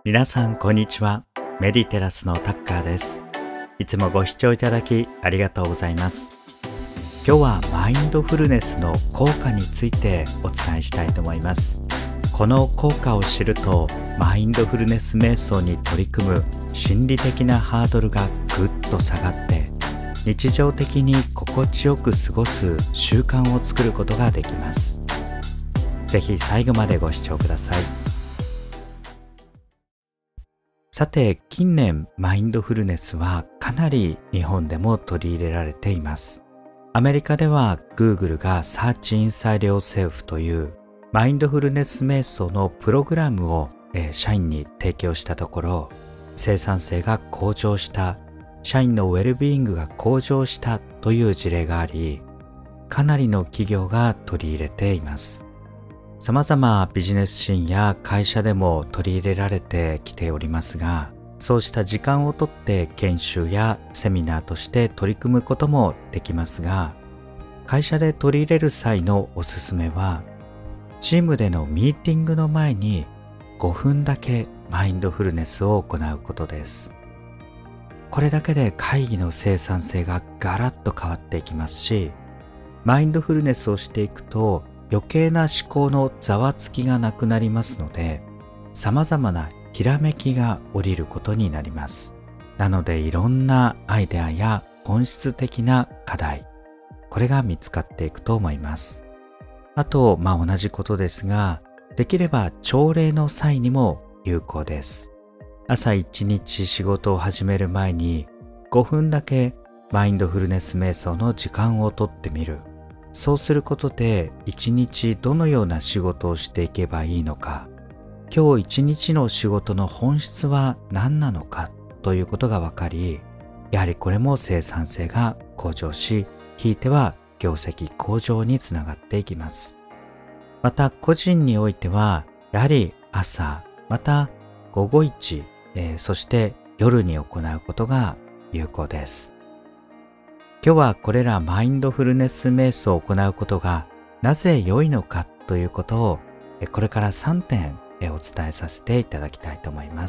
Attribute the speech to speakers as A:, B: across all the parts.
A: 皆さんこんにちは。メディテラスのタッカーです。いつもご視聴いただきありがとうございます。今日はマインドフルネスの効果についてお伝えしたいと思います。この効果を知ると、マインドフルネス瞑想に取り組む心理的なハードルがぐっと下がって、日常的に心地よく過ごす習慣を作ることができます。ぜひ最後までご視聴ください。さて、近年マインドフルネスはかなり日本でも取り入れられています。アメリカでは Google が Search Inside Yourself というマインドフルネス瞑想のプログラムを社員に提供したところ、生産性が向上した、社員のウェルビーイングが向上したという事例があり、かなりの企業が取り入れています。様々ビジネスシーンや会社でも取り入れられてきておりますが、そうした時間をとって研修やセミナーとして取り組むこともできますが、会社で取り入れる際のおすすめは、チームでのミーティングの前に5分だけマインドフルネスを行うことです。これだけで会議の生産性がガラッと変わっていきますし、マインドフルネスをしていくと余計な思考のざわつきがなくなりますので、様々なひらめきが降りることになります。なのでいろんなアイデアや本質的な課題、これが見つかっていくと思います。あと、同じことですが、できれば朝礼の際にも有効です。朝一日仕事を始める前に5分だけマインドフルネス瞑想の時間をとってみる。そうすることで一日どのような仕事をしていけばいいのか、今日一日の仕事の本質は何なのかということが分かり、やはりこれも生産性が向上し、ひいては業績向上につながっていきます。また個人においては、やはり朝、また午後一、そして夜に行うことが有効です。今日はこれらマインドフルネス瞑想を行うことがなぜ良いのかということを、これから3点お伝えさせていただきたいと思います。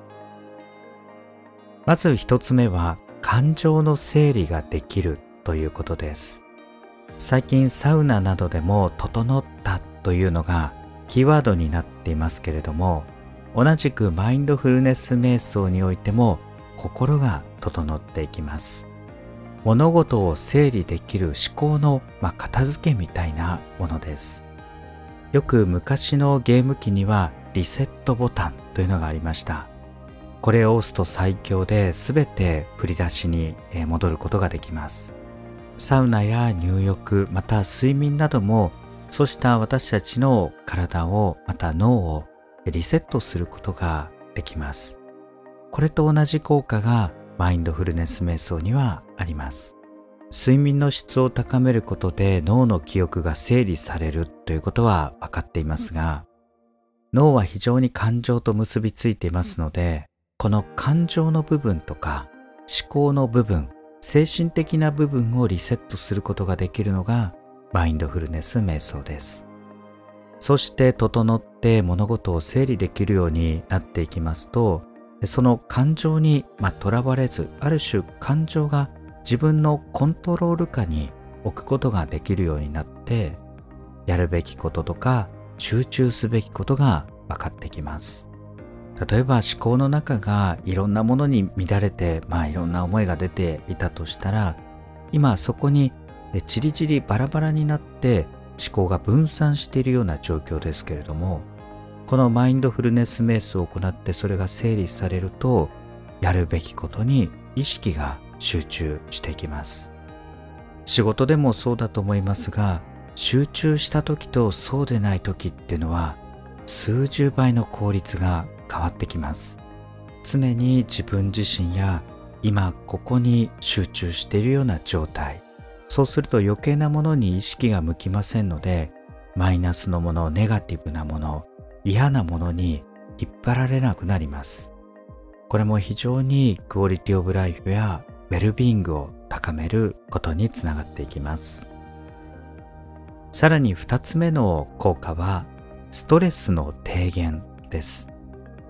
A: まず1つ目は、感情の整理ができるということです。最近サウナなどでも整ったというのがキーワードになっていますけれども、同じくマインドフルネス瞑想においても心が整っていきます。物事を整理できる思考の、片付けみたいなものです。よく昔のゲーム機にはリセットボタンというのがありました。これを押すと最強で全て振り出しに戻ることができます。サウナや入浴、また睡眠なども、そうした私たちの体を、また脳をリセットすることができます。これと同じ効果がマインドフルネス瞑想にはあります。睡眠の質を高めることで脳の記憶が整理されるということは分かっていますが、脳は非常に感情と結びついていますので、この感情の部分とか思考の部分、精神的な部分をリセットすることができるのがマインドフルネス瞑想です。そして整って物事を整理できるようになっていきますと、その感情にとらわれず、ある種感情が自分のコントロール下に置くことができるようになって、やるべきこととか集中すべきことが分かってきます。例えば思考の中がいろんなものに乱れて、いろんな思いが出ていたとしたら、今そこにチリチリバラバラになって思考が分散しているような状況ですけれども、このマインドフルネス瞑想を行ってそれが整理されると、やるべきことに意識が集中していきます。仕事でもそうだと思いますが、集中した時とそうでない時っていうのは数十倍の効率が変わってきます。常に自分自身や今ここに集中しているような状態、そうすると余計なものに意識が向きませんので、マイナスのもの、ネガティブなもの、嫌なものに引っ張られなくなります。これも非常にクオリティオブライフやウェルビーイングを高めることにつながっていきます。さらに2つ目の効果はストレスの低減です。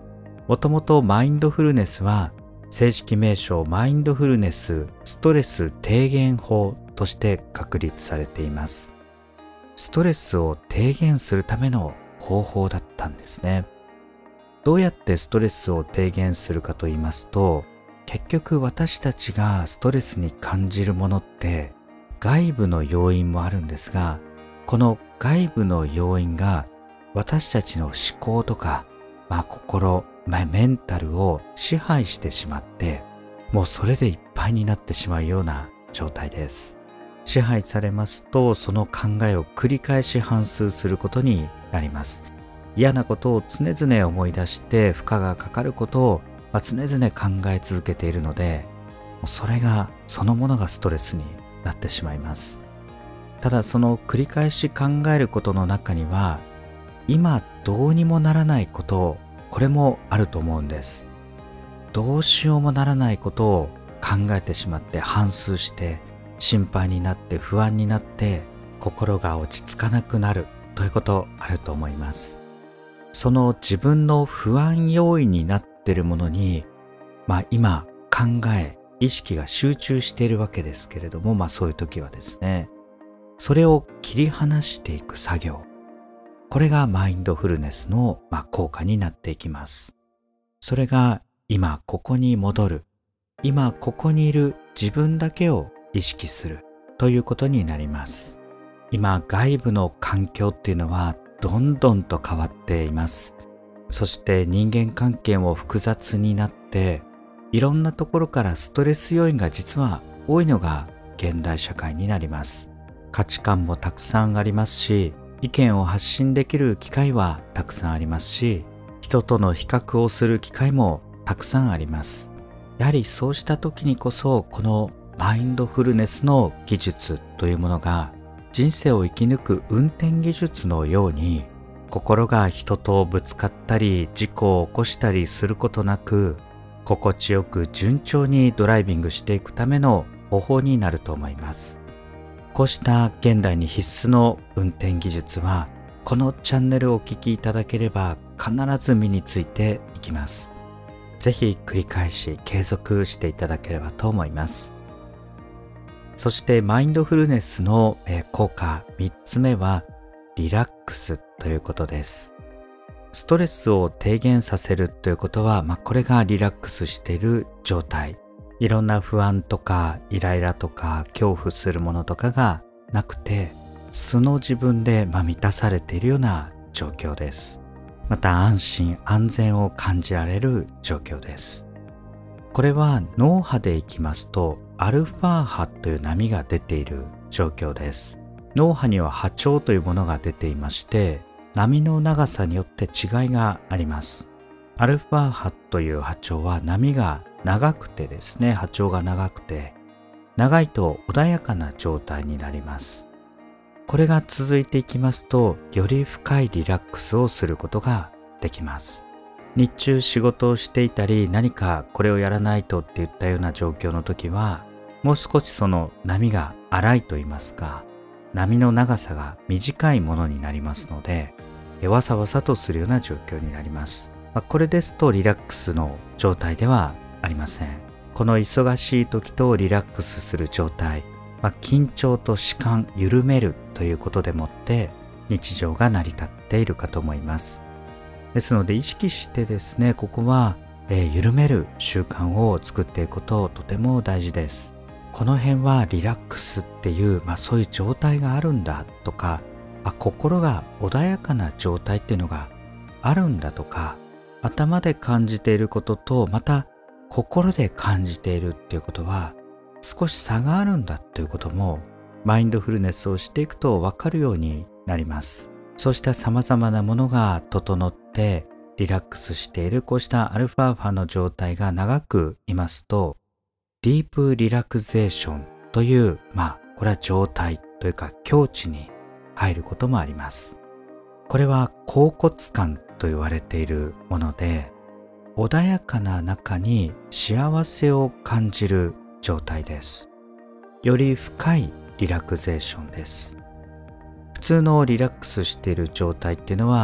A: もともとマインドフルネスは正式名称マインドフルネスストレス低減法として確立されています。ストレスを低減するための方法だったんですね。どうやってストレスを低減するかと言いますと、結局私たちがストレスに感じるものって外部の要因もあるんですが、この外部の要因が私たちの思考とか、心、メンタルを支配してしまって、もうそれでいっぱいになってしまうような状態です。支配されますと、その考えを繰り返し反芻することになります。嫌なことを常々思い出して負荷がかかることを常々考え続けているので、それがそのものがストレスになってしまいます。ただその繰り返し考えることの中には、今どうにもならないこと、これもあると思うんです。どうしようもならないことを考えてしまって反芻して心配になって不安になって心が落ち着かなくなるということあると思います。その自分の不安要因になっているものに、今考え意識が集中しているわけですけれども、そういう時はですね、それを切り離していく作業、これがマインドフルネスの効果になっていきます。それが今ここに戻る、今ここにいる自分だけを意識するということになります。今外部の環境っていうのはどんどんと変わっています。そして人間関係も複雑になって、いろんなところからストレス要因が実は多いのが現代社会になります。価値観もたくさんありますし、意見を発信できる機会はたくさんありますし、人との比較をする機会もたくさんあります。やはりそうした時にこそ、このマインドフルネスの技術というものが人生を生き抜く運転技術のように、心が人とぶつかったり事故を起こしたりすることなく、心地よく順調にドライビングしていくための方法になると思います。こうした現代に必須の運転技術は、このチャンネルをお聞きいただければ必ず身についていきます。ぜひ繰り返し継続していただければと思います。そしてマインドフルネスの効果3つ目はリラックスということです。ストレスを低減させるということは、これがリラックスしている状態。いろんな不安とかイライラとか恐怖するものとかがなくて、素の自分で満たされているような状況です。また安心安全を感じられる状況です。これは脳波でいきますとアルファ波という波が出ている状況です。脳波には波長というものが出ていまして、波の長さによって違いがあります。アルファ波という波長は波が長くてですね、波長が長くて、長いと穏やかな状態になります。これが続いていきますと、より深いリラックスをすることができます。日中仕事をしていたり、何かこれをやらないとっていったような状況の時は、もう少しその波が荒いと言いますか、波の長さが短いものになりますので、わさわさとするような状況になります。これですとリラックスの状態ではありません。この忙しい時とリラックスする状態、緊張と弛緩、緩めるということでもって日常が成り立っているかと思います。ですので意識してですね、ここは、緩める習慣を作っていくこととても大事です。この辺はリラックスっていう、そういう状態があるんだとか、心が穏やかな状態っていうのがあるんだとか、頭で感じていることとまた心で感じているっていうことは少し差があるんだということも、マインドフルネスをしていくと分かるようになります。そうした様々なものが整ってリラックスしている、こうしたアルファ波の状態が長くいますと、ディープリラクゼーションという、これは状態というか境地に入ることもあります。これは恍惚感と言われているもので、穏やかな中に幸せを感じる状態です。より深いリラクゼーションです。普通のリラックスしている状態っていうのは、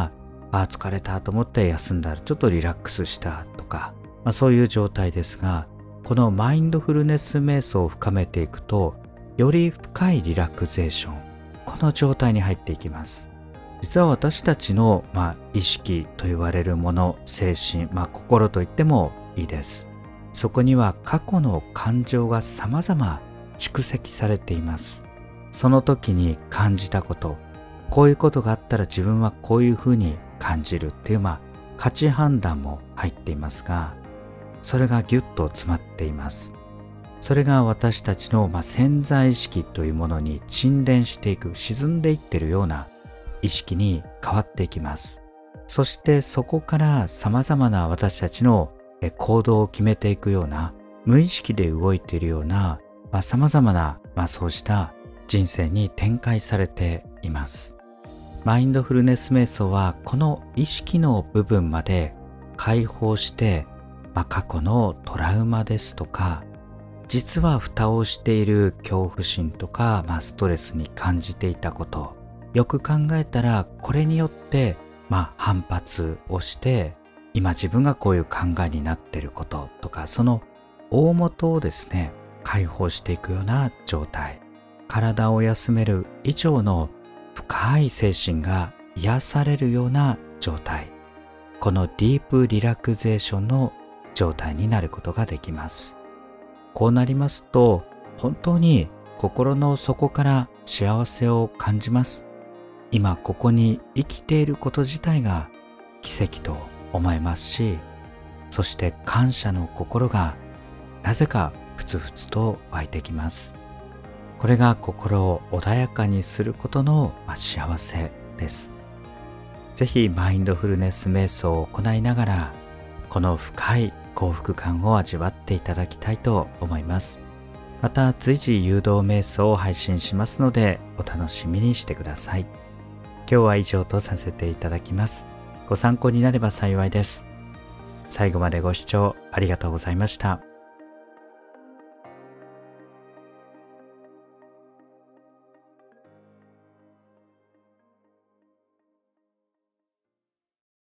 A: 疲れたと思って休んだらちょっとリラックスしたとか、そういう状態ですが、このマインドフルネス瞑想を深めていくと、より深いリラクゼーション、この状態に入っていきます。実は私たちの、意識と言われるもの、精神、心と言ってもいいです。そこには過去の感情が様々蓄積されています。その時に感じたこと、こういうことがあったら自分はこういうふうに感じるっていう、価値判断も入っていますが、それがギュッと詰まっています。それが私たちの、潜在意識というものに沈殿していく、沈んでいっているような意識に変わっていきます。そしてそこから様々な私たちの行動を決めていくような、無意識で動いているような、様々な、そうした人生に展開されています。マインドフルネス瞑想はこの意識の部分まで解放して、過去のトラウマですとか、実は蓋をしている恐怖心とか、ストレスに感じていたこと、よく考えたらこれによって、反発をして、今自分がこういう考えになっていることとか、その大元をですね、解放していくような状態。体を休める以上の深い精神が癒されるような状態。このディープリラクゼーションの状態になることができます。こうなりますと、本当に心の底から幸せを感じます。今ここに生きていること自体が奇跡と思えますし、そして感謝の心がなぜかふつふつと湧いてきます。これが心を穏やかにすることの幸せです。ぜひマインドフルネス瞑想を行いながら、この深い幸福感を味わっていただきたいと思います。また随時誘導瞑想を配信しますので、お楽しみにしてください。今日は以上とさせていただきます。ご参考になれば幸いです。最後までご視聴ありがとうございました。